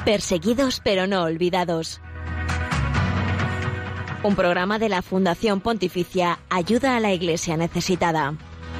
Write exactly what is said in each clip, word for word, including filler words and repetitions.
Perseguidos pero no olvidados. Un programa de la Fundación Pontificia Ayuda a la Iglesia Necesitada.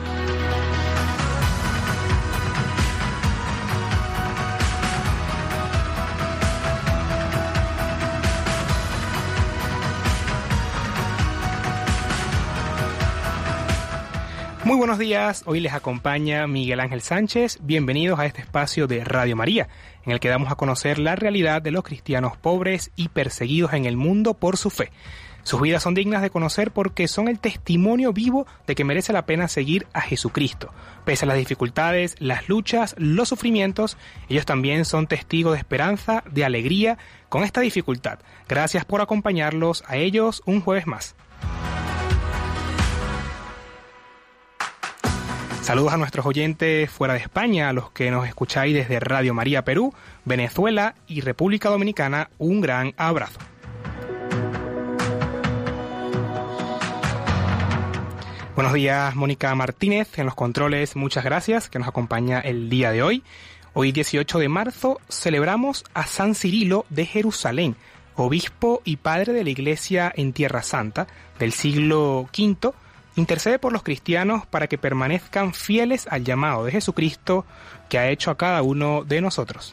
Muy buenos días, hoy les acompaña Miguel Ángel Sánchez. Bienvenidos a este espacio de Radio María, en el que damos a conocer la realidad de los cristianos pobres y perseguidos en el mundo por su fe. Sus vidas son dignas de conocer porque son el testimonio vivo de que merece la pena seguir a Jesucristo. Pese a las dificultades, las luchas, los sufrimientos, ellos también son testigos de esperanza, de alegría con esta dificultad. Gracias por acompañarlos a ellos un jueves más. Saludos a nuestros oyentes fuera de España, a los que nos escucháis desde Radio María Perú, Venezuela y República Dominicana. Un gran abrazo. Buenos días, Mónica Martínez en los controles, muchas gracias, que nos acompaña el día de hoy. Hoy, dieciocho de marzo, celebramos a San Cirilo de Jerusalén, obispo y padre de la Iglesia en Tierra Santa del siglo quinto. Intercede por los cristianos para que permanezcan fieles al llamado de Jesucristo que ha hecho a cada uno de nosotros.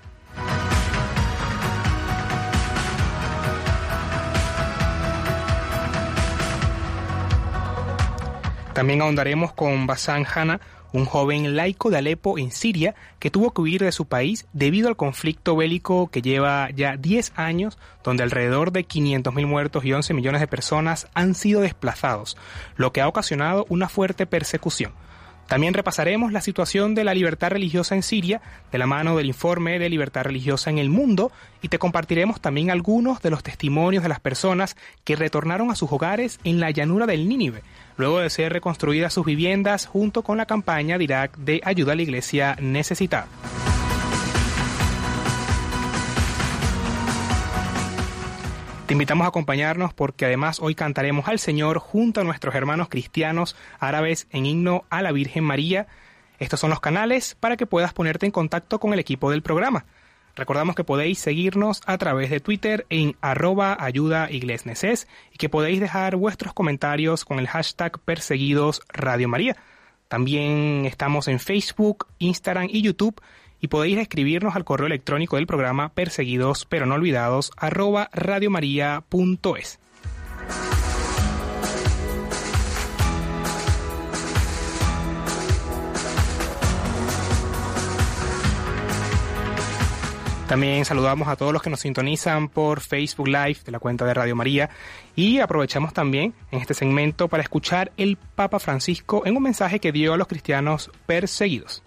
También ahondaremos con Bassam Hanna, un joven laico de Alepo en Siria que tuvo que huir de su país debido al conflicto bélico que lleva ya diez años, donde alrededor de quinientos mil muertos y once millones de personas han sido desplazados, lo que ha ocasionado una fuerte persecución. También repasaremos la situación de la libertad religiosa en Siria, de la mano del informe de libertad religiosa en el mundo, y te compartiremos también algunos de los testimonios de las personas que retornaron a sus hogares en la llanura del Nínive, luego de ser reconstruidas sus viviendas junto con la campaña de Irak de ayuda a la iglesia necesitada. Te invitamos a acompañarnos porque además hoy cantaremos al Señor junto a nuestros hermanos cristianos árabes en himno a la Virgen María. Estos son los canales para que puedas ponerte en contacto con el equipo del programa. Recordamos que podéis seguirnos a través de Twitter en arroba ayuda iglesneses y que podéis dejar vuestros comentarios con el hashtag Perseguidos Radio María. También estamos en Facebook, Instagram y YouTube. Y podéis escribirnos al correo electrónico del programa perseguidos pero no olvidados arroba radiomaria punto es. También saludamos a todos los que nos sintonizan por Facebook Live de la cuenta de Radio María y aprovechamos también en este segmento para escuchar el Papa Francisco en un mensaje que dio a los cristianos perseguidos.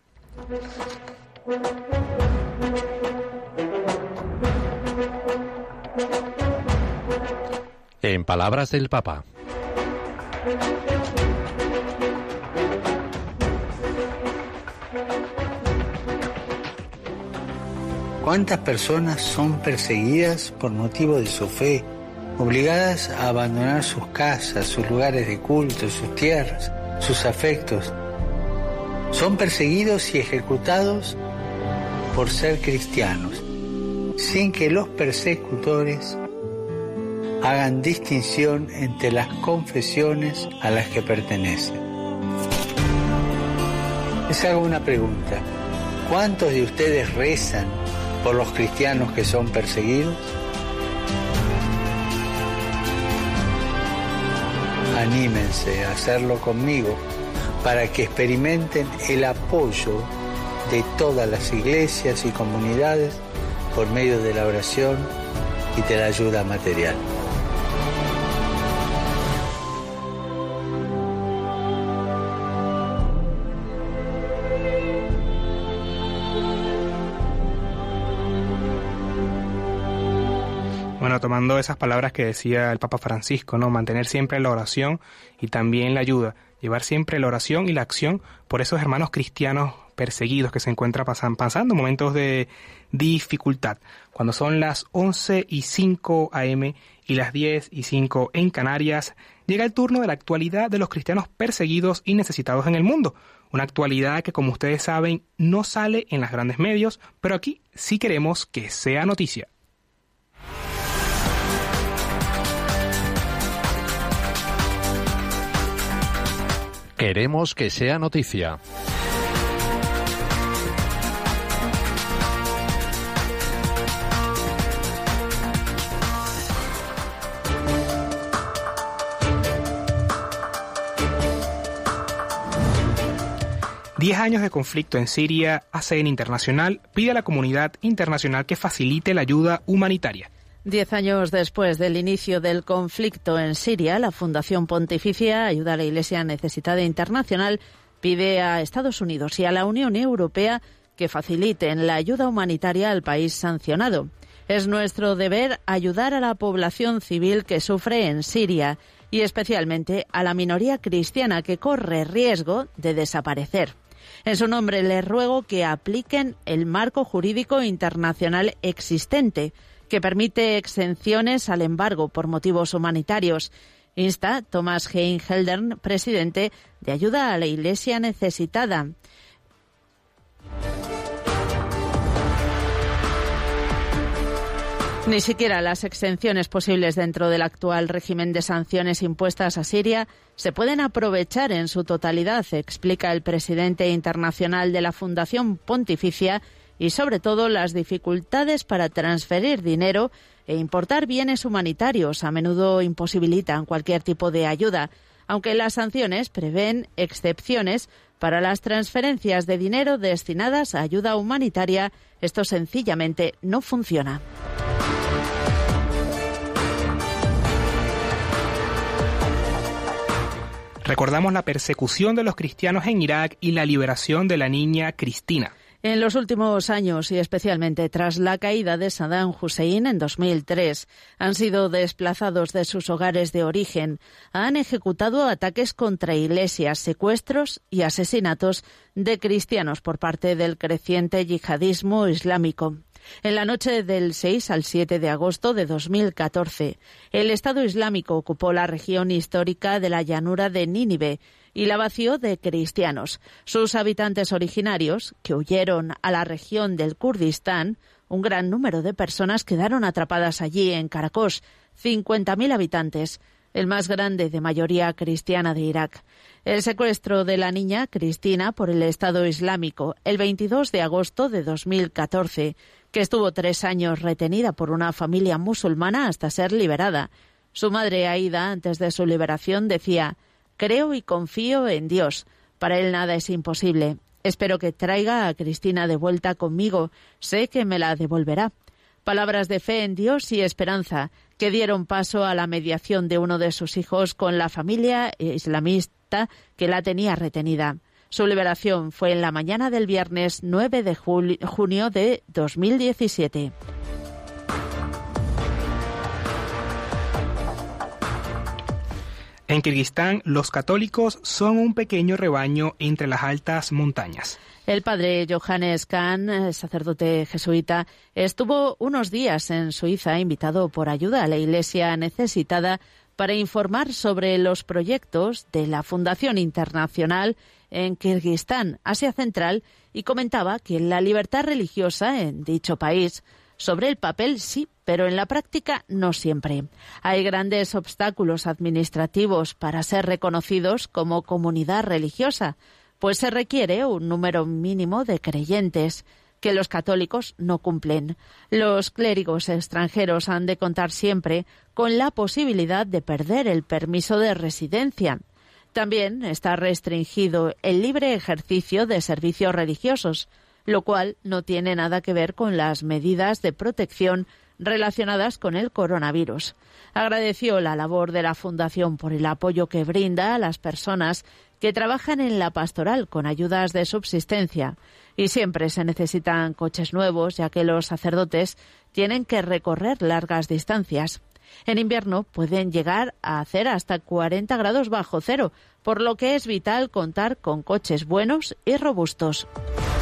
En palabras del Papa. ¿Cuántas personas son perseguidas por motivo de su fe, obligadas a abandonar sus casas, sus lugares de culto, sus tierras, sus afectos? Son perseguidos y ejecutados por ser cristianos, sin que los persecutores hagan distinción entre las confesiones a las que pertenecen. Les hago una pregunta. ¿Cuántos de ustedes rezan por los cristianos que son perseguidos? Anímense a hacerlo conmigo para que experimenten el apoyo de todas las iglesias y comunidades por medio de la oración y de la ayuda material. Bueno, tomando esas palabras que decía el Papa Francisco, ¿no? Mantener siempre la oración y también la ayuda. Llevar siempre la oración y la acción por esos hermanos cristianos perseguidos que se encuentran pasan, pasando momentos de dificultad. Cuando son las once y cinco a eme y las diez y cinco en Canarias, llega el turno de la actualidad de los cristianos perseguidos y necesitados en el mundo. Una actualidad que, como ustedes saben, no sale en los grandes medios, pero aquí sí queremos que sea noticia. Queremos que sea noticia. Diez años de conflicto en Siria, A C N Internacional pide a la comunidad internacional que facilite la ayuda humanitaria. Diez años después del inicio del conflicto en Siria, la Fundación Pontificia Ayuda a la Iglesia Necesitada Internacional pide a Estados Unidos y a la Unión Europea que faciliten la ayuda humanitaria al país sancionado. Es nuestro deber ayudar a la población civil que sufre en Siria y especialmente a la minoría cristiana que corre riesgo de desaparecer. En su nombre les ruego que apliquen el marco jurídico internacional existente, que permite exenciones al embargo por motivos humanitarios. Insta Thomas Hein Heldern, presidente de Ayuda a la Iglesia Necesitada. Ni siquiera las exenciones posibles dentro del actual régimen de sanciones impuestas a Siria se pueden aprovechar en su totalidad, explica el presidente internacional de la Fundación Pontificia, y sobre todo las dificultades para transferir dinero e importar bienes humanitarios a menudo imposibilitan cualquier tipo de ayuda, aunque las sanciones prevén excepciones para las transferencias de dinero destinadas a ayuda humanitaria. Esto sencillamente no funciona. Recordamos la persecución de los cristianos en Irak y la liberación de la niña Cristina. En los últimos años, y especialmente tras la caída de Saddam Hussein en dos mil tres, han sido desplazados de sus hogares de origen, han ejecutado ataques contra iglesias, secuestros y asesinatos de cristianos por parte del creciente yihadismo islámico. En la noche del seis al siete de agosto de dos mil catorce, el Estado Islámico ocupó la región histórica de la llanura de Nínive y la vació de cristianos. Sus habitantes originarios, que huyeron a la región del Kurdistán, un gran número de personas quedaron atrapadas allí en Caracos, cincuenta mil habitantes, el más grande de mayoría cristiana de Irak. El secuestro de la niña Cristina por el Estado Islámico el veintidós de agosto de dos mil catorce, que estuvo tres años retenida por una familia musulmana hasta ser liberada. Su madre Aida, antes de su liberación, decía: «Creo y confío en Dios. Para él nada es imposible. Espero que traiga a Cristina de vuelta conmigo. Sé que me la devolverá». Palabras de fe en Dios y esperanza que dieron paso a la mediación de uno de sus hijos con la familia islamista que la tenía retenida. Su liberación fue en la mañana del viernes nueve de junio de dos mil diecisiete. En Kirguistán, los católicos son un pequeño rebaño entre las altas montañas. El padre Johannes Kahn, sacerdote jesuita, estuvo unos días en Suiza invitado por Ayuda a la Iglesia Necesitada para informar sobre los proyectos de la Fundación Internacional en Kirguistán, Asia Central, y comentaba que la libertad religiosa en dicho país, sobre el papel sí, pero en la práctica no siempre. Hay grandes obstáculos administrativos para ser reconocidos como comunidad religiosa, pues se requiere un número mínimo de creyentes, que los católicos no cumplen. Los clérigos extranjeros han de contar siempre con la posibilidad de perder el permiso de residencia. También está restringido el libre ejercicio de servicios religiosos, lo cual no tiene nada que ver con las medidas de protección relacionadas con el coronavirus. Agradeció la labor de la Fundación por el apoyo que brinda a las personas que trabajan en la pastoral con ayudas de subsistencia, y siempre se necesitan coches nuevos, ya que los sacerdotes tienen que recorrer largas distancias. En invierno pueden llegar a hacer hasta cuarenta grados bajo cero, por lo que es vital contar con coches buenos y robustos.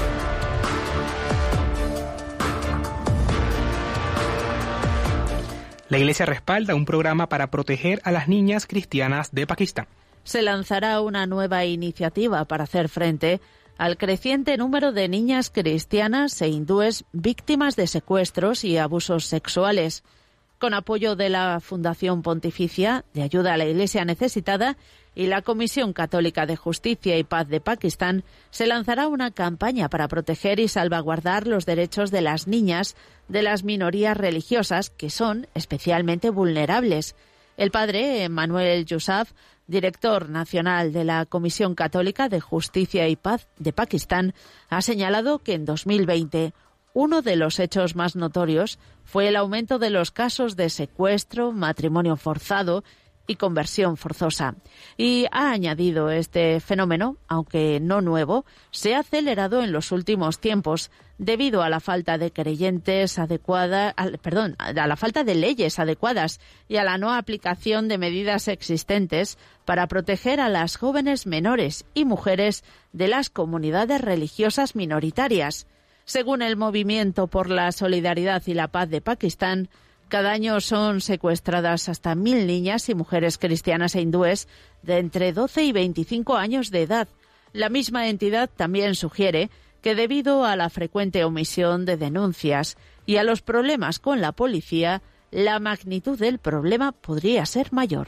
La Iglesia respalda un programa para proteger a las niñas cristianas de Pakistán. Se lanzará una nueva iniciativa para hacer frente al creciente número de niñas cristianas e hindúes víctimas de secuestros y abusos sexuales. Con apoyo de la Fundación Pontificia de Ayuda a la Iglesia Necesitada y la Comisión Católica de Justicia y Paz de Pakistán, se lanzará una campaña para proteger y salvaguardar los derechos de las niñas de las minorías religiosas que son especialmente vulnerables. El padre Manuel Yousaf, director nacional de la Comisión Católica de Justicia y Paz de Pakistán, ha señalado que en dos mil veinte uno de los hechos más notorios fue el aumento de los casos de secuestro, matrimonio forzado y conversión forzosa. Y ha añadido este fenómeno, aunque no nuevo, se ha acelerado en los últimos tiempos debido a la falta de creyentes adecuada, al, perdón, a la falta de leyes adecuadas y a la no aplicación de medidas existentes para proteger a las jóvenes menores y mujeres de las comunidades religiosas minoritarias. Según el Movimiento por la Solidaridad y la Paz de Pakistán, cada año son secuestradas hasta mil niñas y mujeres cristianas e hindúes de entre doce y veinticinco años de edad. La misma entidad también sugiere que debido a la frecuente omisión de denuncias y a los problemas con la policía, la magnitud del problema podría ser mayor.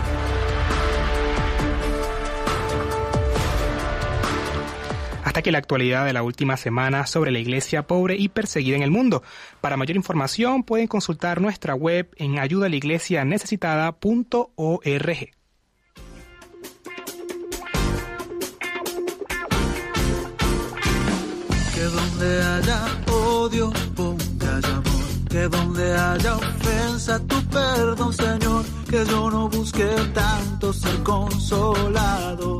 Hasta aquí la actualidad de la última semana sobre la iglesia pobre y perseguida en el mundo. Para mayor información pueden consultar nuestra web en ayuda a la iglesia necesitada punto org. Que donde haya odio, ponga amor. Que donde haya ofensa, tu perdón, Señor. Que yo no busque tanto ser consolado.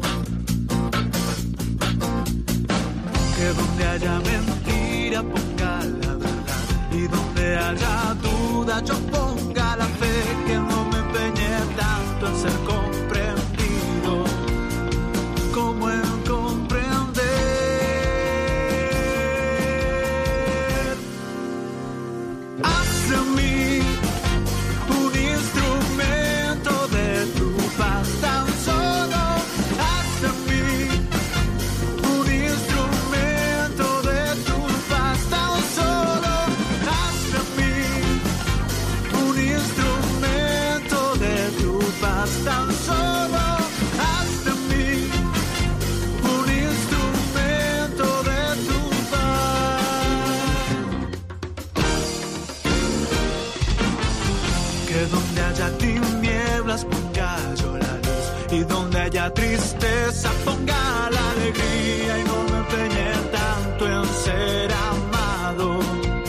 Que donde haya mentira ponga la verdad y donde haya duda yo ponga la fe, que no me empeñe tanto en ser comprendido como en comprender. Haz de mí un instrumento de tu paz, tan solo haz de mí tan solo haz de mí un instrumento de tu paz. Que donde haya tinieblas ponga yo la luz y donde haya tristeza ponga la alegría y no me empeñe tanto en ser amado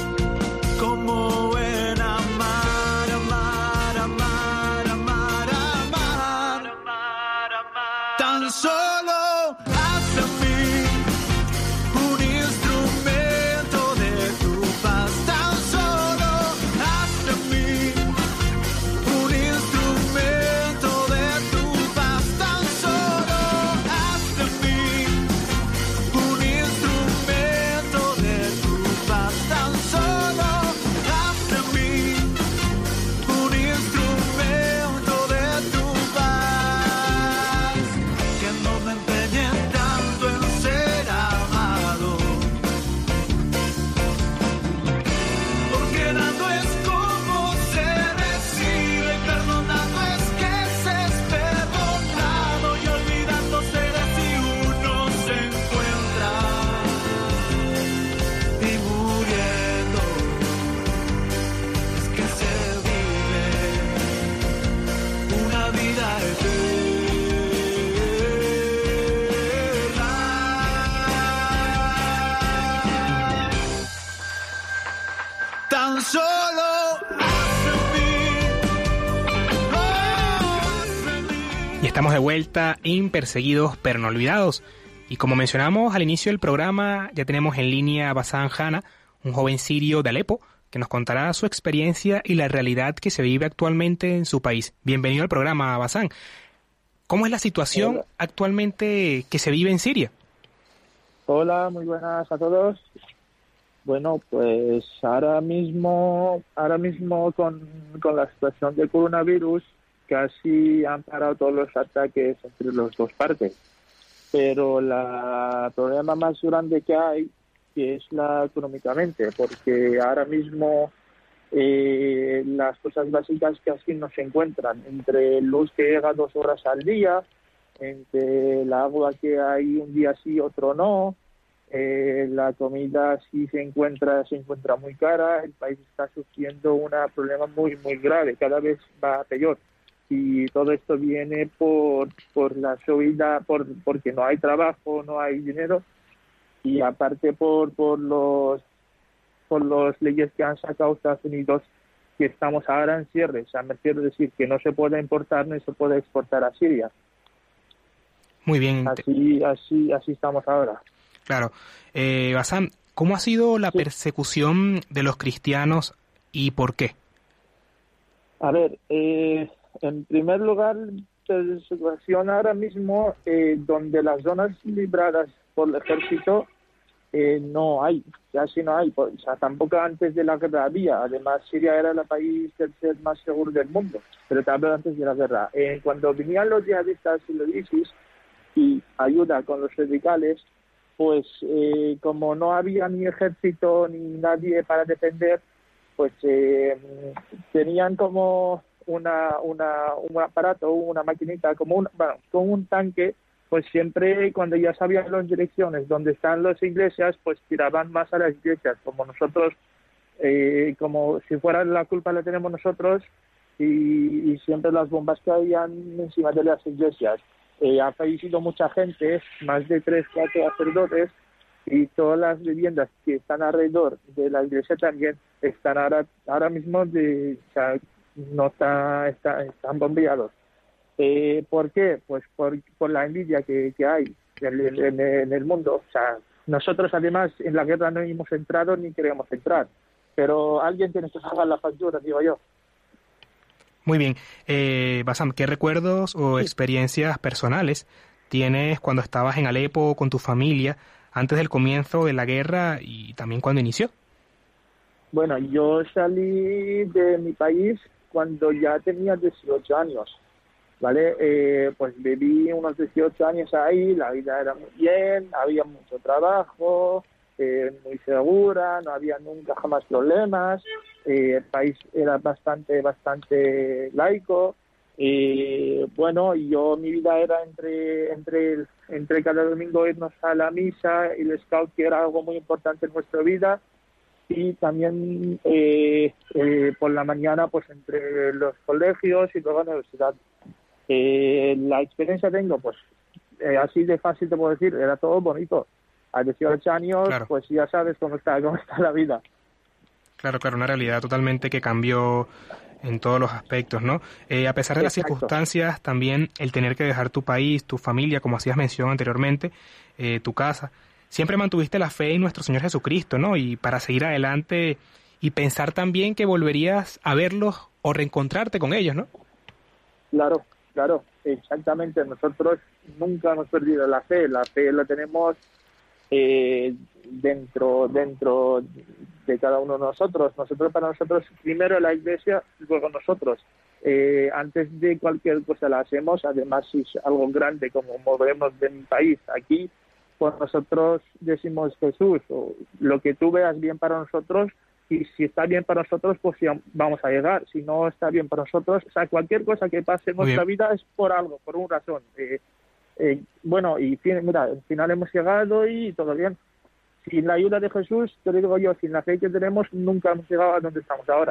como en amar, amar, amar, amar, amar. Tan solo haz de mí un instrumento de tu paz. Tan solo haz de mí un instrumento de tu paz. Tan solo haz de mí un instrumento de tu paz. Tan solo haz de mí un instrumento de tu paz. Que no me empeñe tanto en ser amado, porque dando es como se recibe, perdonando es que se es perdonado y olvidándose de si uno se encuentra y muriendo es que se vive una vida eterna. Tan solo haz de mí, oh, haz de mí. Y estamos de vuelta en Perseguidos pero no olvidados. Y como mencionamos al inicio del programa, ya tenemos en línea a Bassam Hanna, un joven sirio de Alepo, que nos contará su experiencia y la realidad que se vive actualmente en su país. Bienvenido al programa, Bassam. ¿Cómo es la situación Hola. actualmente que se vive en Siria? Hola, muy buenas a todos. Bueno, pues ahora mismo, ahora mismo con, con la situación del coronavirus casi han parado todos los ataques entre las dos partes. Pero la- el problema más grande que hay que es la económicamente, porque ahora mismo eh, las cosas básicas casi no se encuentran, entre luz que llega dos horas al día, entre el agua que hay un día sí, otro no, eh, la comida sí se encuentra se encuentra muy cara, el país está sufriendo un problema muy muy grave, cada vez va peor. Y todo esto viene por por la subida, por porque no hay trabajo, no hay dinero, y aparte por por los por las leyes que han sacado Estados Unidos, que estamos ahora en cierre. O sea, me quiero decir que no se puede importar ni se puede exportar a Siria. Muy bien. Así así así estamos ahora. Claro. Eh, Bassam, ¿cómo ha sido la Sí. persecución de los cristianos y por qué? A ver, eh, en primer lugar, la situación ahora mismo, eh, donde las zonas libradas por el ejército eh, no hay, casi no hay, o sea, tampoco antes de la guerra había. Además, Siria era el país tercer más seguro del mundo, pero también antes de la guerra. Eh, cuando venían los yihadistas y los ISIS y ayuda con los radicales, pues eh, como no había ni ejército ni nadie para defender, pues eh, tenían como una, una un aparato, una maquinita, como un, bueno, como un tanque, pues siempre cuando ya sabían las direcciones donde están las iglesias, pues tiraban más a las iglesias, como nosotros, eh, como si fuera la culpa la tenemos nosotros, y, y siempre las bombas caían encima de las iglesias. Eh, ha fallecido mucha gente, más de tres, cuatro sacerdotes, y todas las viviendas que están alrededor de la iglesia también están ahora, ahora mismo de, o sea, no está, está, están bombeados. Eh, ¿Por qué? Pues por, por la envidia que, que hay en, en, en el mundo. O sea, nosotros además en la guerra no hemos entrado ni queremos entrar, pero alguien tiene que pagar la factura, digo yo. Muy bien. Eh, Bassam, ¿qué recuerdos o experiencias personales tienes cuando estabas en Alepo con tu familia antes del comienzo de la guerra y también cuando inició? Bueno, yo salí de mi país cuando ya tenía dieciocho años, ¿vale? Eh, pues viví unos dieciocho años ahí, la vida era muy bien, había mucho trabajo, eh, muy segura, no había nunca jamás problemas, eh, el país era bastante, bastante laico, y bueno, yo mi vida era entre, entre, el- entre cada domingo irnos a la misa y el scout, que era algo muy importante en nuestra vida, y también eh, eh, por la mañana pues entre los colegios y luego la universidad. Eh, la experiencia tengo, pues eh, así de fácil te puedo decir, era todo bonito. A dieciocho años, Claro. pues ya sabes cómo está, cómo está la vida. Claro, claro, una realidad totalmente que cambió en todos los aspectos, ¿no? Eh, a pesar de las Exacto. circunstancias, también el tener que dejar tu país, tu familia, como hacías mención anteriormente, eh, tu casa, siempre mantuviste la fe en nuestro Señor Jesucristo, ¿no? Y para seguir adelante y pensar también que volverías a verlos o reencontrarte con ellos, ¿no? Claro, claro, exactamente. Nosotros nunca hemos perdido la fe. La fe la tenemos eh, dentro dentro de cada uno de nosotros. Nosotros para nosotros primero la iglesia, luego nosotros. Eh, antes de cualquier cosa la hacemos. Además, si es algo grande como movernos de mi país aquí, pues nosotros decimos Jesús, o lo que tú veas bien para nosotros, y si está bien para nosotros, pues ya vamos a llegar. Si no está bien para nosotros, o sea, cualquier cosa que pase en Muy nuestra bien. vida es por algo, por una razón. Eh, eh, bueno, y fin- mira, al final hemos llegado y todo bien. Sin la ayuda de Jesús, te lo digo yo, sin la fe que tenemos, nunca hemos llegado a donde estamos ahora.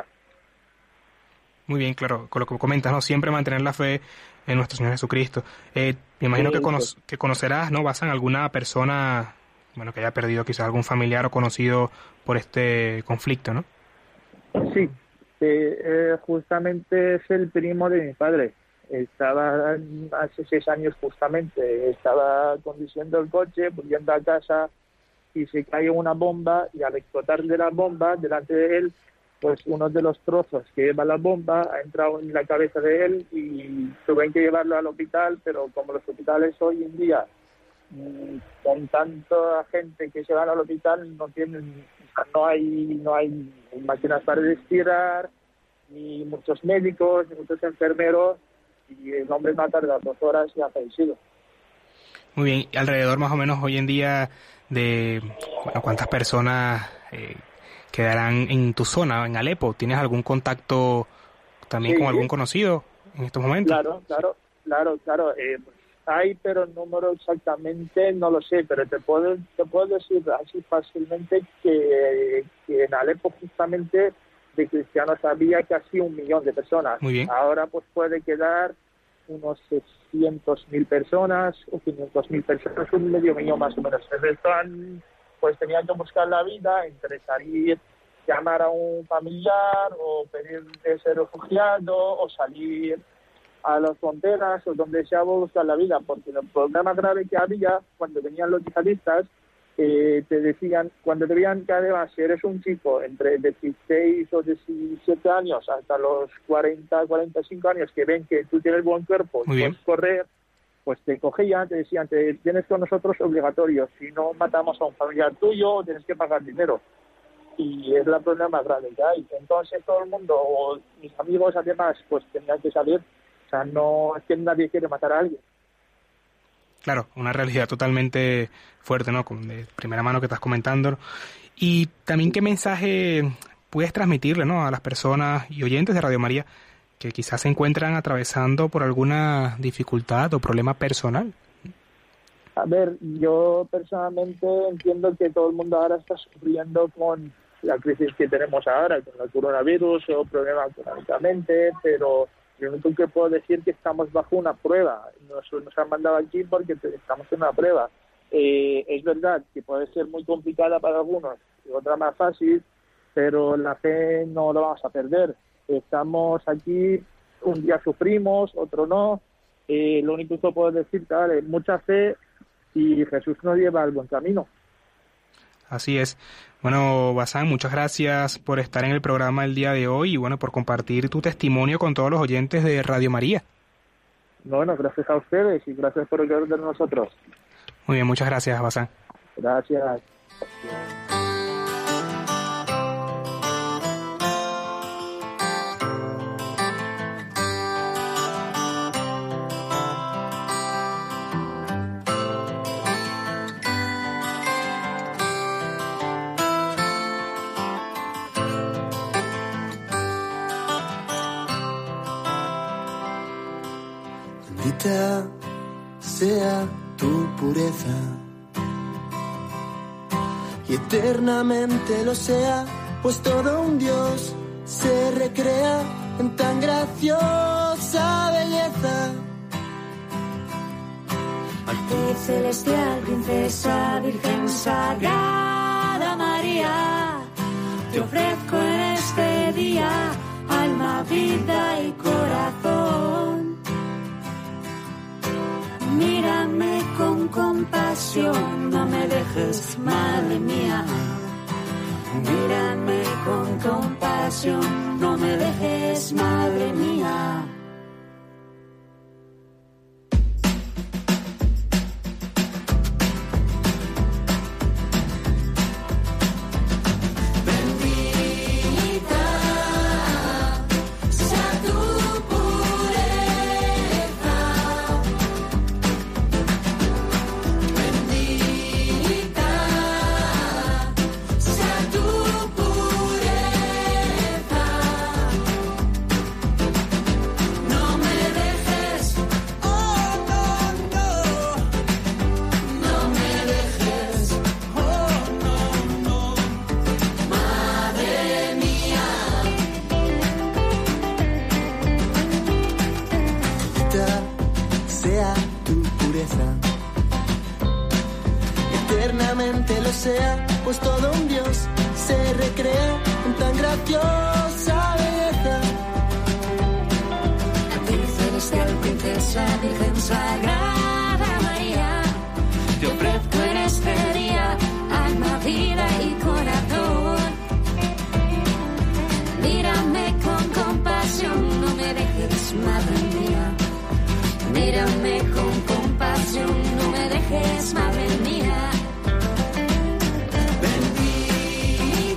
Muy bien, claro, con lo que comentas, ¿no? Siempre mantener la fe en nuestro Señor Jesucristo. Eh, me imagino que, Eso. cono- que conocerás, ¿no? Basan alguna persona, bueno, que haya perdido quizás algún familiar o conocido por este conflicto, ¿no? Sí, eh, eh, justamente es el primo de mi padre. Estaba hace seis años justamente, estaba conduciendo el coche, volviendo a casa y se cayó una bomba, y al explotar de la bomba delante de él, pues uno de los trozos que lleva la bomba ha entrado en la cabeza de él y tuvieron que llevarlo al hospital, pero como los hospitales hoy en día, mm, con tanta gente que se van al hospital, no tienen no hay, no hay máquinas para respirar, ni muchos médicos, ni muchos enfermeros, y el hombre no ha tardado dos horas y ha fallecido. Muy bien, alrededor más o menos hoy en día de, bueno, ¿cuántas personas eh, quedarán en tu zona, en Alepo? ¿Tienes algún contacto también sí, con algún conocido en estos momentos? Claro, claro, claro, claro. Eh, pues hay, pero el número exactamente no lo sé, pero te puedo, te puedo decir así fácilmente que, que en Alepo justamente de cristianos había casi un millón de personas. Muy bien. Ahora pues puede quedar unos seiscientos mil personas o quinientos mil personas, un medio millón más o menos. El resto han, pues tenían que buscar la vida entre salir, llamar a un familiar o pedir de ser refugiado o salir a las fronteras o donde sea buscar la vida, porque el problema grave que había cuando venían los yihadistas, eh, te decían, cuando te veían que además si eres un chico entre dieciséis o diecisiete años hasta los cuarenta, cuarenta y cinco años, que ven que tú tienes buen cuerpo y puedes correr, pues te cogían, te decían, te tienes con nosotros obligatorio, si no matamos a un familiar tuyo tienes que pagar dinero. Y es la problema grave que hay. Entonces todo el mundo, o mis amigos además, pues tenían que salir. O sea, no es que nadie quiere matar a alguien. Claro, una realidad totalmente fuerte, ¿no? De primera mano que estás comentando. Y también, ¿qué mensaje puedes transmitirle, ¿no?, a las personas y oyentes de Radio María que quizás se encuentran atravesando por alguna dificultad o problema personal? A ver, yo personalmente entiendo que todo el mundo ahora está sufriendo con la crisis que tenemos ahora, con el coronavirus o problemas económicamente, pero lo único que puedo decir es que estamos bajo una prueba. Nos, nos han mandado aquí porque estamos en una prueba. Eh, es verdad que puede ser muy complicada para algunos y otra más fácil, pero la fe no la vamos a perder. Estamos aquí, un día sufrimos, otro no. Eh, lo único que puedo decir es que vale, mucha fe y Jesús nos lleva al buen camino. Así es. Bueno, Basán, muchas gracias por estar en el programa el día de hoy y bueno, por compartir tu testimonio con todos los oyentes de Radio María. Bueno, gracias a ustedes y gracias por ayudar de nosotros. Muy bien, muchas gracias, Basán. Gracias. Bendita sea tu pureza y eternamente lo sea, pues todo un Dios se recrea en tan graciosa belleza. Arte celestial, princesa, virgen sagrada María, te ofrezco en este día alma, vida y corazón. Mírame con compasión, no me dejes, madre mía. Mírame con compasión, no me dejes, madre mía. Eternamente lo sea, pues todo un Dios se recrea en tan graciosa belleza. Arte celestial, princesa, virgen sagrada María, te ofrezco en este día alma, vida y corazón. Mírame con compasión, no me dejes, madre mía. Mírame con compasión, no me dejes, madre mía. Bendita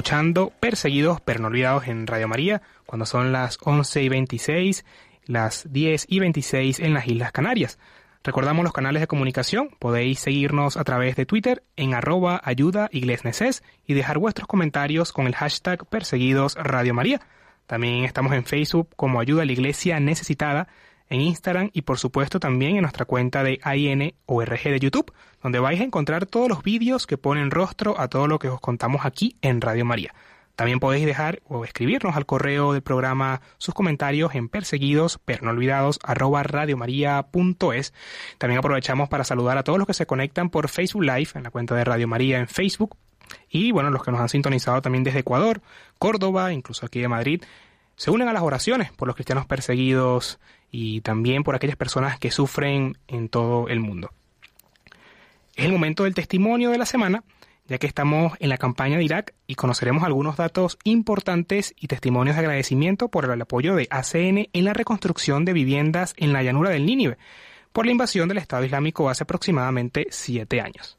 escuchando Perseguidos pero no olvidados en Radio María, cuando son las once y veintiséis, las diez y veintiséis en las Islas Canarias. Recordamos los canales de comunicación. Podéis seguirnos a través de Twitter en arroba ayuda iglesneses y dejar vuestros comentarios con el hashtag Perseguidos Radio María. También estamos en Facebook como Ayuda a la Iglesia Necesitada, en Instagram y por supuesto también en nuesra cuenta de A I N O R G de YouTube, donde vais a encontrar todos los vídeos que ponen rostro a todo lo que os contamos aquí en Radio María. También podéis dejar o escribirnos al correo del programa sus comentarios en perseguidos pero no olvidados arroba radiomaria.es. También aprovechamos para saludar a todos los que se conectan por Facebook Live en la cuenta de Radio María en Facebook y bueno, los que nos han sintonizado también desde Ecuador, Córdoba, incluso aquí de Madrid, se unen a las oraciones por los cristianos perseguidos y también por aquellas personas que sufren en todo el mundo. Es el momento del testimonio de la semana, ya que estamos en la campaña de Irak y conoceremos algunos datos importantes y testimonios de agradecimiento por el apoyo de A C N en la reconstrucción de viviendas en la llanura del Nínive por la invasión del Estado Islámico hace aproximadamente siete años.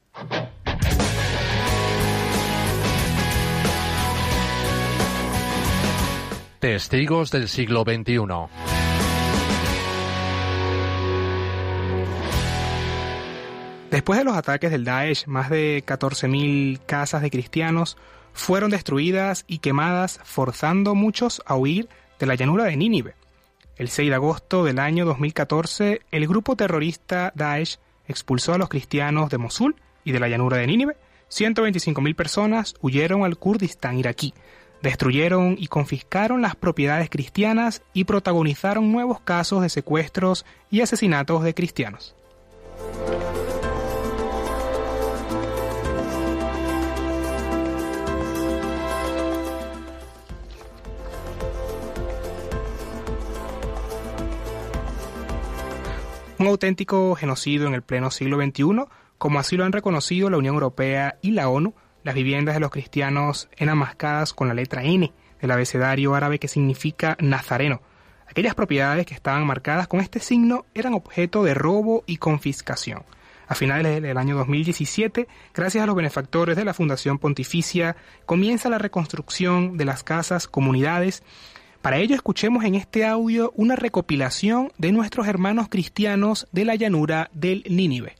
Testigos del siglo veintiuno. Después de los ataques del Daesh, más de catorce mil casas de cristianos fueron destruidas y quemadas, forzando a muchos a huir de la llanura de Nínive. El seis de agosto del año dos mil catorce, el grupo terrorista Daesh expulsó a los cristianos de Mosul y de la llanura de Nínive. ciento veinticinco mil personas huyeron al Kurdistán iraquí, destruyeron y confiscaron las propiedades cristianas y protagonizaron nuevos casos de secuestros y asesinatos de cristianos. Un auténtico genocidio en el pleno siglo veintiuno, como así lo han reconocido la Unión Europea y la ONU. Las viviendas de los cristianos eran marcadas con la letra N del abecedario árabe que significa nazareno. Aquellas propiedades que estaban marcadas con este signo eran objeto de robo y confiscación. A finales del año dos mil diecisiete, gracias a los benefactores de la Fundación Pontificia, comienza la reconstrucción de las casas, comunidades. Para ello escuchemos en este audio una recopilación de nuestros hermanos cristianos de la llanura del Nínive.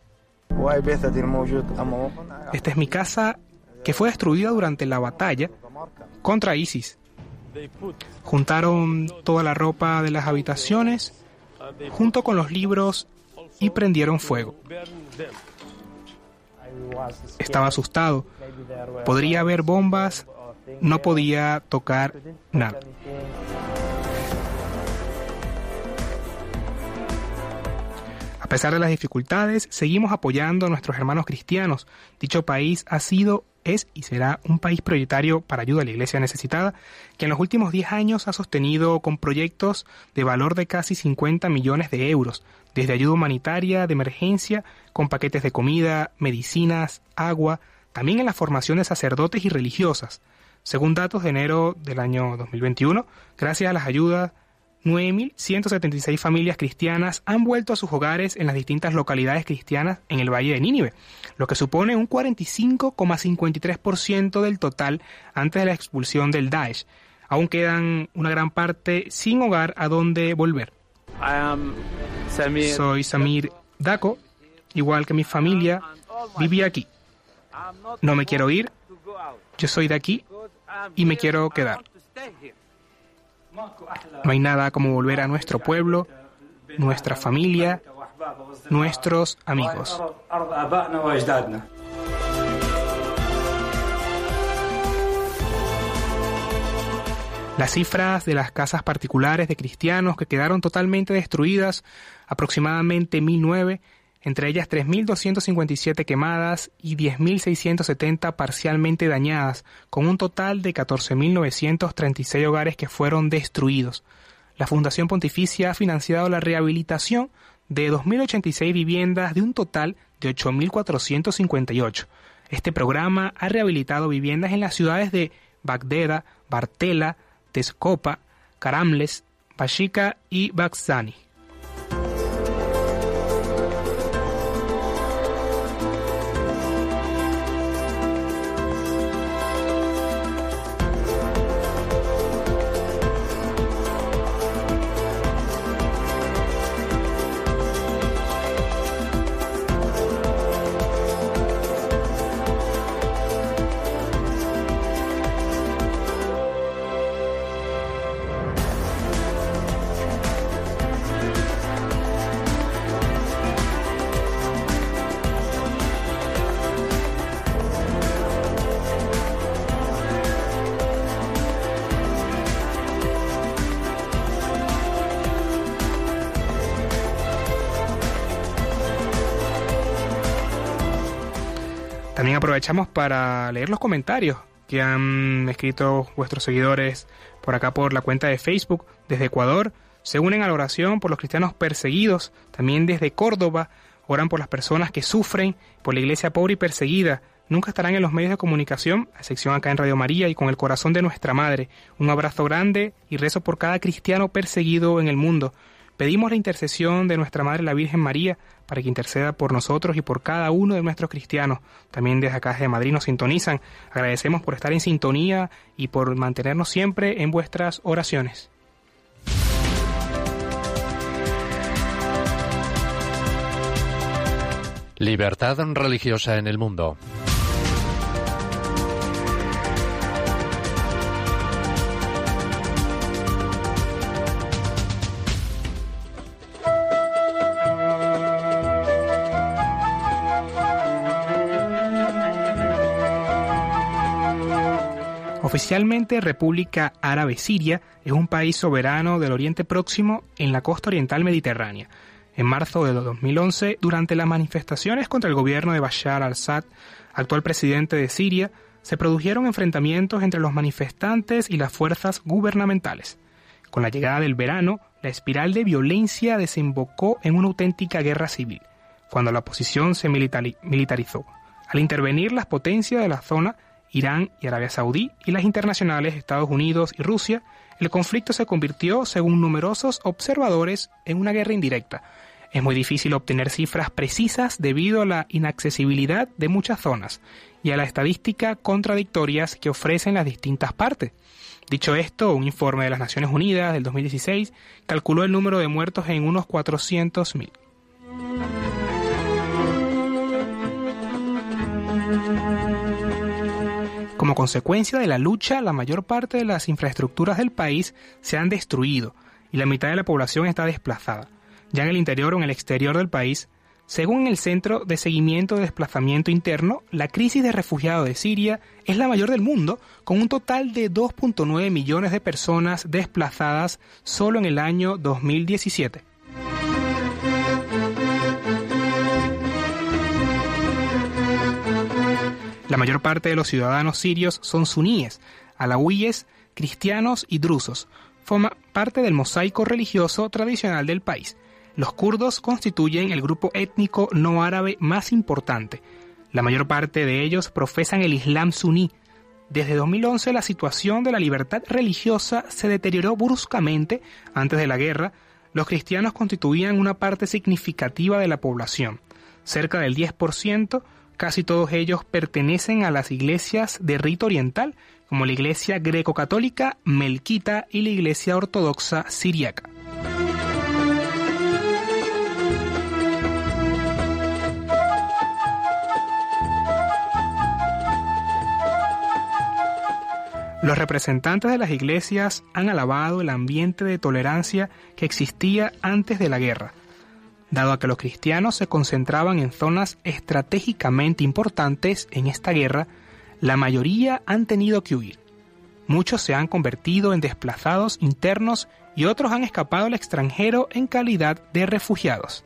Esta es mi casa que fue destruida durante la batalla contra ISIS. Juntaron toda la ropa de las habitaciones junto con los libros y prendieron fuego. Estaba asustado. Podría haber bombas, no podía tocar nada. A pesar de las dificultades, seguimos apoyando a nuestros hermanos cristianos. Dicho país ha sido, es y será un país prioritario para ayuda a la Iglesia necesitada, que en los últimos diez años ha sostenido con proyectos de valor de casi cincuenta millones de euros, desde ayuda humanitaria de emergencia, con paquetes de comida, medicinas, agua, también en la formación de sacerdotes y religiosas. Según datos de enero del año dos mil veintiuno, gracias a las ayudas, nueve mil ciento setenta y seis familias cristianas han vuelto a sus hogares en las distintas localidades cristianas en el Valle de Nínive, lo que supone un cuarenta y cinco coma cincuenta y tres por ciento del total antes de la expulsión del Daesh. Aún quedan una gran parte sin hogar a donde volver. Soy Samir Dako, igual que mi familia, viví aquí. No me quiero ir, yo soy de aquí y me quiero quedar. No hay nada como volver a nuestro pueblo, nuestra familia, nuestros amigos. Las cifras de las casas particulares de cristianos que quedaron totalmente destruidas, aproximadamente mil nueve, entre ellas tres mil doscientas cincuenta y siete quemadas y diez mil seiscientas setenta parcialmente dañadas, con un total de catorce mil novecientos treinta y seis hogares que fueron destruidos. La Fundación Pontificia ha financiado la rehabilitación de dos mil ochenta y seis viviendas de un total de ocho mil cuatrocientos cincuenta y ocho. Este programa ha rehabilitado viviendas en las ciudades de Bagdeda, Bartella, Tezcopa, Caramles, Bashika y Baghzani. También aprovechamos para leer los comentarios que han escrito vuestros seguidores por acá por la cuenta de Facebook. Desde Ecuador se unen a la oración por los cristianos perseguidos. También desde Córdoba oran por las personas que sufren, por la iglesia pobre y perseguida. Nunca estarán en los medios de comunicación, a excepción acá en Radio María y con el corazón de nuestra Madre. Un abrazo grande y rezo por cada cristiano perseguido en el mundo. Pedimos la intercesión de nuestra Madre la Virgen María para que interceda por nosotros y por cada uno de nuestros cristianos. También desde acá de Madrid nos sintonizan. Agradecemos por estar en sintonía y por mantenernos siempre en vuestras oraciones. Libertad religiosa en el mundo. Oficialmente, República Árabe Siria es un país soberano del Oriente Próximo en la costa oriental mediterránea. En marzo de dos mil once, durante las manifestaciones contra el gobierno de Bashar al-Assad, actual presidente de Siria, se produjeron enfrentamientos entre los manifestantes y las fuerzas gubernamentales. Con la llegada del verano, la espiral de violencia desembocó en una auténtica guerra civil, cuando la oposición se militari- militarizó. Al intervenir las potencias de la zona, Irán y Arabia Saudí, y las internacionales Estados Unidos y Rusia, el conflicto se convirtió, según numerosos observadores, en una guerra indirecta. Es muy difícil obtener cifras precisas debido a la inaccesibilidad de muchas zonas y a la estadística contradictorias que ofrecen las distintas partes. Dicho esto, un informe de las Naciones Unidas del dos mil dieciséis calculó el número de muertos en unos cuatrocientos mil. Como consecuencia de la lucha, la mayor parte de las infraestructuras del país se han destruido y la mitad de la población está desplazada. Ya en el interior o en el exterior del país, según el Centro de Seguimiento de Desplazamiento Interno, la crisis de refugiados de Siria es la mayor del mundo, con un total de dos punto nueve millones de personas desplazadas solo en el año dos mil diecisiete. La mayor parte de los ciudadanos sirios son suníes, alawíes, cristianos y drusos. Forma parte del mosaico religioso tradicional del país. Los kurdos constituyen el grupo étnico no árabe más importante. La mayor parte de ellos profesan el Islam suní. Desde dos mil once la situación de la libertad religiosa se deterioró bruscamente. Antes de la guerra, los cristianos constituían una parte significativa de la población. Cerca del diez por ciento, casi todos ellos pertenecen a las iglesias de rito oriental, como la iglesia greco-católica, melquita y la iglesia ortodoxa siríaca. Los representantes de las iglesias han alabado el ambiente de tolerancia que existía antes de la guerra, dado a que los cristianos se concentraban en zonas estratégicamente importantes en esta guerra. La mayoría han tenido que huir. Muchos se han convertido en desplazados internos y otros han escapado al extranjero en calidad de refugiados.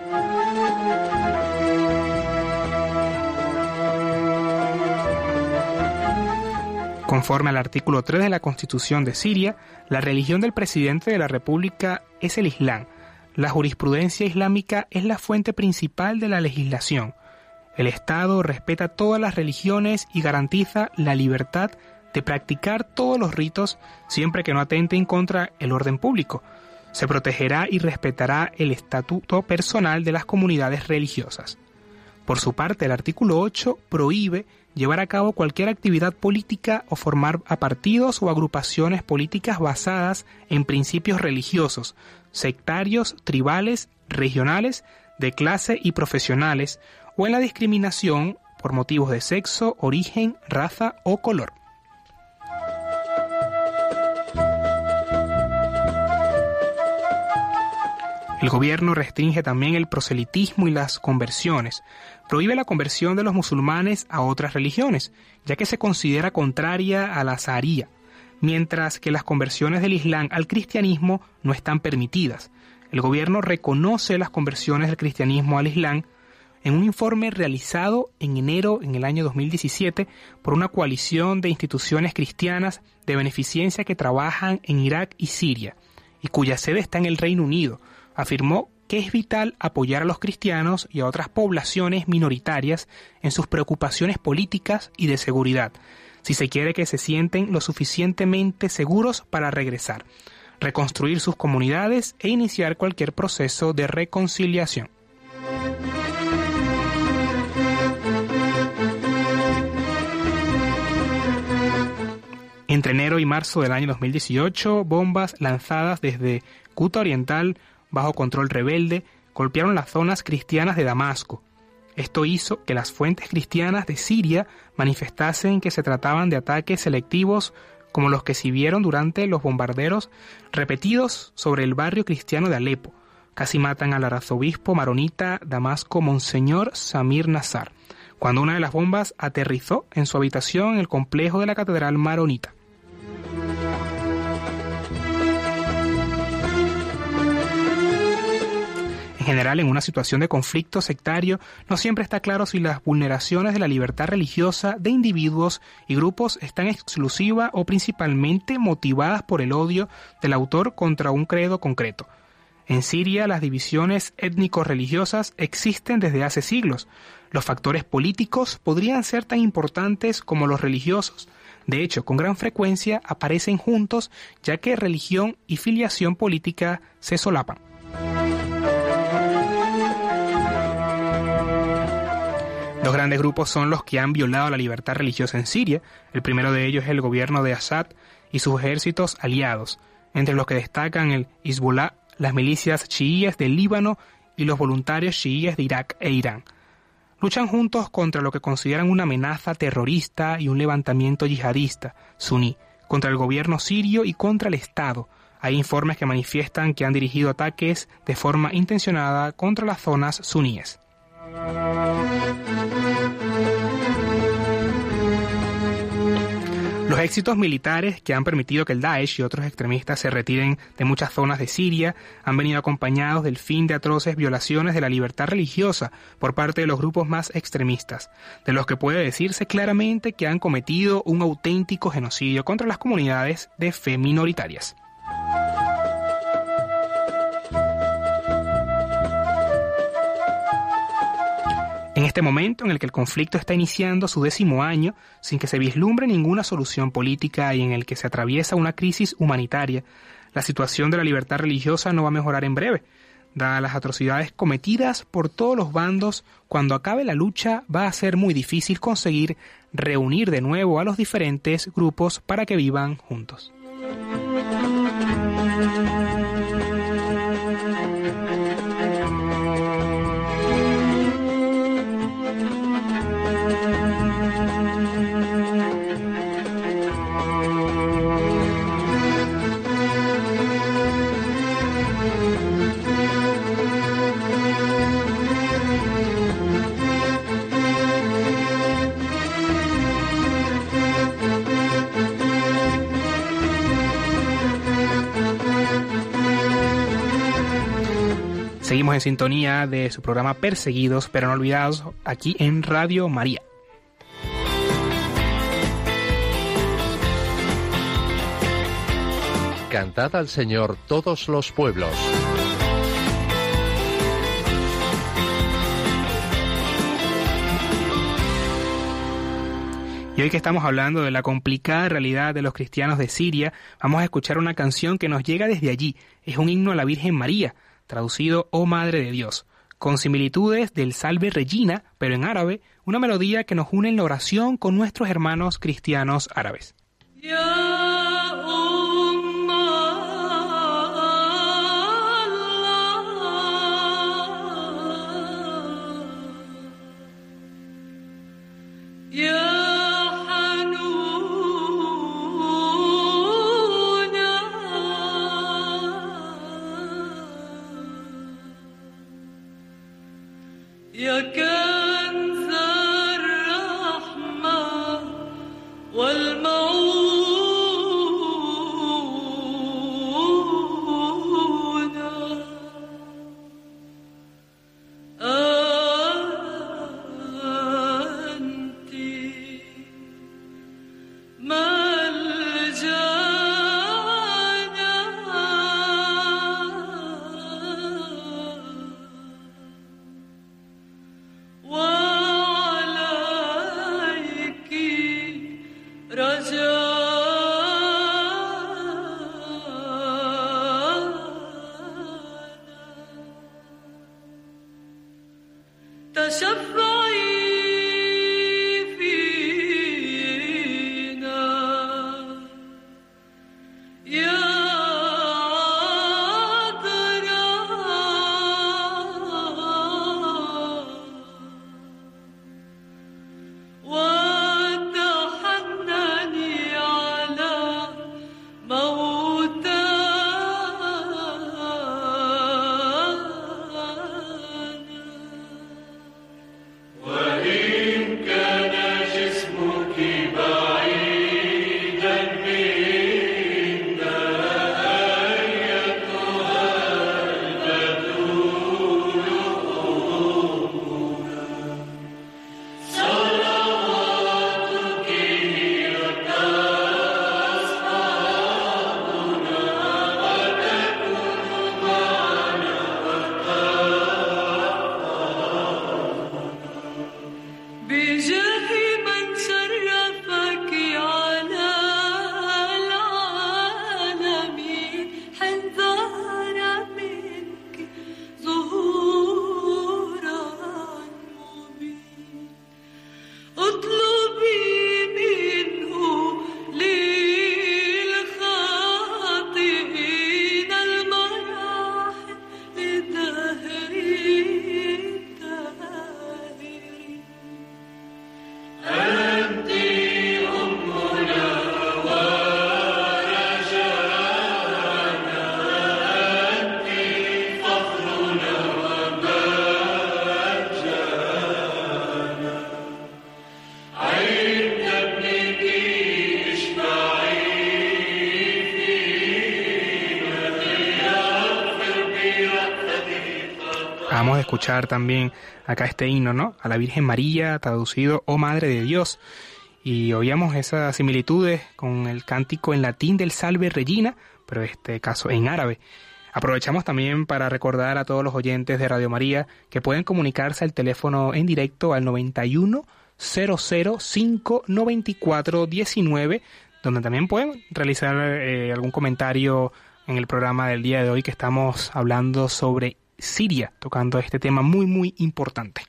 Conforme al artículo tres de la Constitución de Siria, la religión del presidente de la República es el Islam. La jurisprudencia islámica es la fuente principal de la legislación. El Estado respeta todas las religiones y garantiza la libertad de practicar todos los ritos siempre que no atenten contra el orden público. Se protegerá y respetará el estatuto personal de las comunidades religiosas. Por su parte, el artículo ocho prohíbe llevar a cabo cualquier actividad política o formar a partidos o agrupaciones políticas basadas en principios religiosos, sectarios, tribales, regionales, de clase y profesionales, o en la discriminación por motivos de sexo, origen, raza o color. El gobierno restringe también el proselitismo y las conversiones. Prohíbe la conversión de los musulmanes a otras religiones, ya que se considera contraria a la Sharia, mientras que las conversiones del Islam al cristianismo no están permitidas. El gobierno reconoce las conversiones del cristianismo al Islam en un informe realizado en enero en el año dos mil diecisiete por una coalición de instituciones cristianas de beneficencia que trabajan en Irak y Siria, y cuya sede está en el Reino Unido. Afirmó que es vital apoyar a los cristianos y a otras poblaciones minoritarias en sus preocupaciones políticas y de seguridad, si se quiere que se sienten lo suficientemente seguros para regresar, reconstruir sus comunidades e iniciar cualquier proceso de reconciliación. Entre enero y marzo del año dos mil dieciocho, bombas lanzadas desde Ghouta Oriental, bajo control rebelde, golpearon las zonas cristianas de Damasco. Esto hizo que las fuentes cristianas de Siria manifestasen que se trataban de ataques selectivos como los que se vieron durante los bombardeos repetidos sobre el barrio cristiano de Alepo. Casi matan al arzobispo maronita Damasco, Monseñor Samir Nazar, cuando una de las bombas aterrizó en su habitación en el complejo de la catedral maronita. En general, en una situación de conflicto sectario, no siempre está claro si las vulneraciones de la libertad religiosa de individuos y grupos están exclusiva o principalmente motivadas por el odio del autor contra un credo concreto. En Siria, las divisiones étnico-religiosas existen desde hace siglos. Los factores políticos podrían ser tan importantes como los religiosos. De hecho, con gran frecuencia aparecen juntos, ya que religión y filiación política se solapan. Dos grandes grupos son los que han violado la libertad religiosa en Siria. El primero de ellos es el gobierno de Assad y sus ejércitos aliados, entre los que destacan el Hezbollah, las milicias chiíes del Líbano y los voluntarios chiíes de Irak e Irán. Luchan juntos contra lo que consideran una amenaza terrorista y un levantamiento yihadista suní, contra el gobierno sirio y contra el Estado. Hay informes que manifiestan que han dirigido ataques de forma intencionada contra las zonas suníes. Los éxitos militares que han permitido que el Daesh y otros extremistas se retiren de muchas zonas de Siria han venido acompañados del fin de atroces violaciones de la libertad religiosa por parte de los grupos más extremistas, de los que puede decirse claramente que han cometido un auténtico genocidio contra las comunidades de fe minoritarias. En este momento en el que el conflicto está iniciando su décimo año, sin que se vislumbre ninguna solución política y en el que se atraviesa una crisis humanitaria, la situación de la libertad religiosa no va a mejorar en breve. Dadas las atrocidades cometidas por todos los bandos, cuando acabe la lucha va a ser muy difícil conseguir reunir de nuevo a los diferentes grupos para que vivan juntos. Seguimos en sintonía de su programa Perseguidos pero no olvidados, aquí en Radio María. Cantad al Señor todos los pueblos. Y hoy que estamos hablando de la complicada realidad de los cristianos de Siria, vamos a escuchar una canción que nos llega desde allí. Es un himno a la Virgen María, traducido "Oh Madre de Dios", con similitudes del Salve Regina, pero en árabe, una melodía que nos une en la oración con nuestros hermanos cristianos árabes. Oh Vamos a escuchar también acá este himno, ¿no? A la Virgen María, traducido "Oh Madre de Dios". Y oíamos esas similitudes con el cántico en latín del Salve Regina, pero en este caso en árabe. Aprovechamos también para recordar a todos los oyentes de Radio María que pueden comunicarse al teléfono en directo al noventa y uno, cero cero cinco, noventa y cuatro diecinueve, donde también pueden realizar eh, algún comentario en el programa del día de hoy, que estamos hablando sobre Siria, tocando este tema muy muy importante.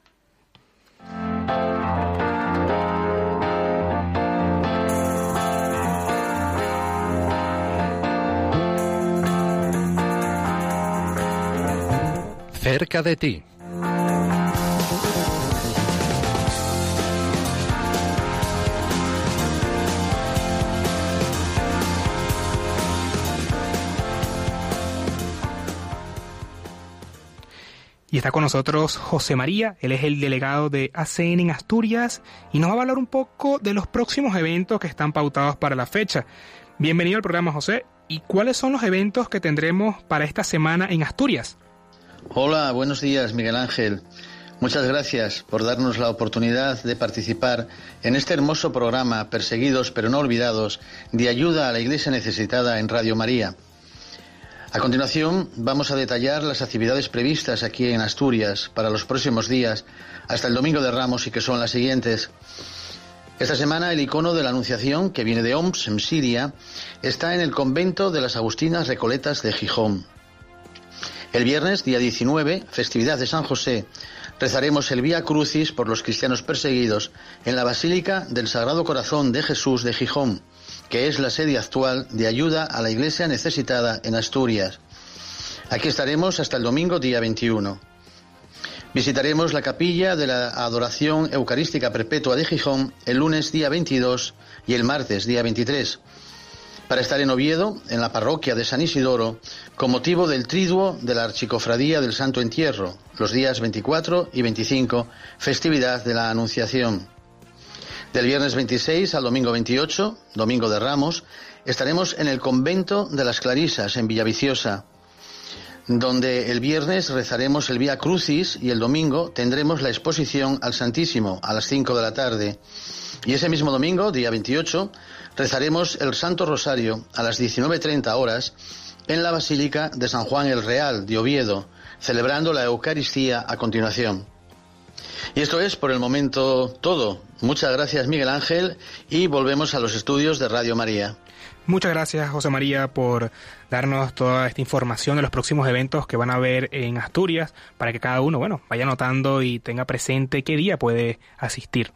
Cerca de ti. Y está con nosotros José María, él es el delegado de A C N en Asturias y nos va a hablar un poco de los próximos eventos que están pautados para la fecha. Bienvenido al programa, José. ¿Y cuáles son los eventos que tendremos para esta semana en Asturias? Hola, buenos días, Miguel Ángel. Muchas gracias por darnos la oportunidad de participar en este hermoso programa Perseguidos pero no olvidados, de ayuda a la Iglesia necesitada en Radio María. A continuación vamos a detallar las actividades previstas aquí en Asturias para los próximos días hasta el Domingo de Ramos, y que son las siguientes. Esta semana el icono de la Anunciación, que viene de Homs, en Siria, está en el convento de las Agustinas Recoletas de Gijón. El viernes, día diecinueve, festividad de San José, rezaremos el Vía Crucis por los cristianos perseguidos en la Basílica del Sagrado Corazón de Jesús de Gijón, que es la sede actual de ayuda a la Iglesia necesitada en Asturias. Aquí estaremos hasta el domingo, día veintiuno. Visitaremos la capilla de la Adoración Eucarística Perpetua de Gijón el lunes, día veintidós, y el martes, día veintitrés, para estar en Oviedo, en la parroquia de San Isidoro, con motivo del triduo de la Archicofradía del Santo Entierro, los días veinticuatro y veinticinco, festividad de la Anunciación. Del viernes veintiséis al domingo veintiocho, Domingo de Ramos, estaremos en el convento de las Clarisas, en Villaviciosa, donde el viernes rezaremos el Vía Crucis y el domingo tendremos la exposición al Santísimo a las cinco de la tarde. Y ese mismo domingo, día veintiocho, rezaremos el Santo Rosario a las diecinueve treinta horas en la Basílica de San Juan el Real de Oviedo, celebrando la Eucaristía a continuación. Y esto es por el momento todo. Muchas gracias, Miguel Ángel, y volvemos a los estudios de Radio María. Muchas gracias, José María, por darnos toda esta información de los próximos eventos que van a haber en Asturias, para que cada uno, bueno, vaya notando y tenga presente qué día puede asistir.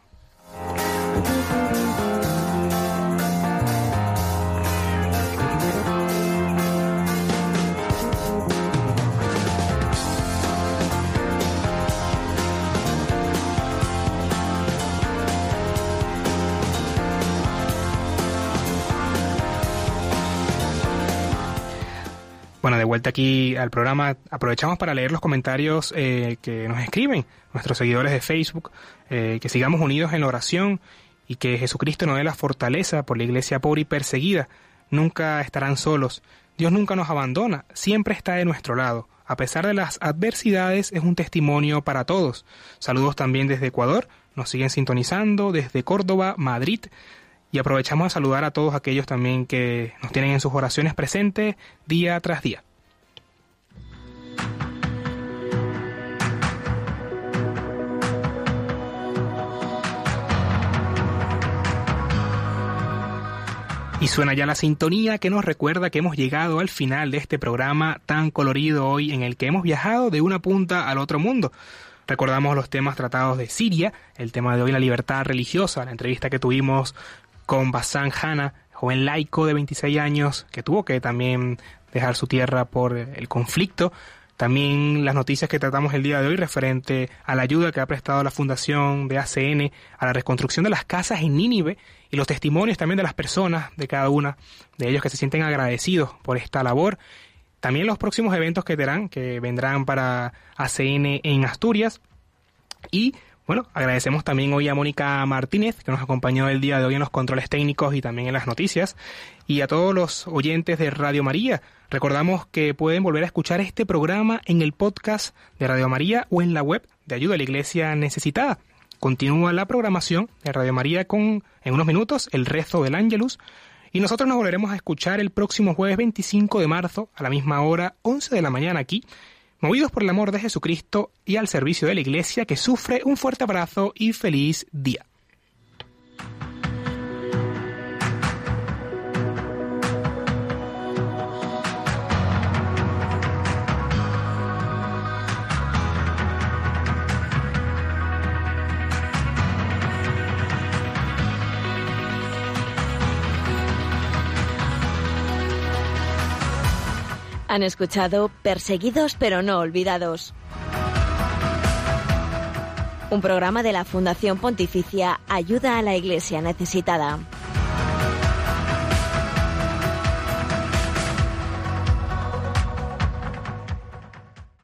Bueno, de vuelta aquí al programa, aprovechamos para leer los comentarios eh, que nos escriben nuestros seguidores de Facebook, eh, que sigamos unidos en la oración y que Jesucristo nos dé la fortaleza por la iglesia pobre y perseguida. Nunca estarán solos. Dios nunca nos abandona, siempre está de nuestro lado. A pesar de las adversidades, es un testimonio para todos. Saludos también desde Ecuador, nos siguen sintonizando desde Córdoba, Madrid. Y aprovechamos a saludar a todos aquellos también que nos tienen en sus oraciones presentes día tras día. Y suena ya la sintonía que nos recuerda que hemos llegado al final de este programa tan colorido hoy, en el que hemos viajado de una punta al otro mundo. Recordamos los temas tratados de Siria, el tema de hoy la libertad religiosa, la entrevista que tuvimos con Bassam Hanna, joven laico de veintiséis años que tuvo que también dejar su tierra por el conflicto. También las noticias que tratamos el día de hoy referente a la ayuda que ha prestado la Fundación de A C N a la reconstrucción de las casas en Nínive y los testimonios también de las personas, de cada una de ellos que se sienten agradecidos por esta labor. También los próximos eventos que tendrán, que vendrán para A C N en Asturias. Y bueno, agradecemos también hoy a Mónica Martínez, que nos acompañó el día de hoy en los controles técnicos y también en las noticias, y a todos los oyentes de Radio María. Recordamos que pueden volver a escuchar este programa en el podcast de Radio María o en la web de Ayuda a la Iglesia Necesitada. Continúa la programación de Radio María con, en unos minutos, el rezo del Ángelus, y nosotros nos volveremos a escuchar el próximo jueves veinticinco de marzo, a la misma hora, once de la mañana aquí, movidos por el amor de Jesucristo y al servicio de la Iglesia que sufre. Un fuerte abrazo y feliz día. Han escuchado Perseguidos pero no olvidados. Un programa de la Fundación Pontificia Ayuda a la Iglesia Necesitada.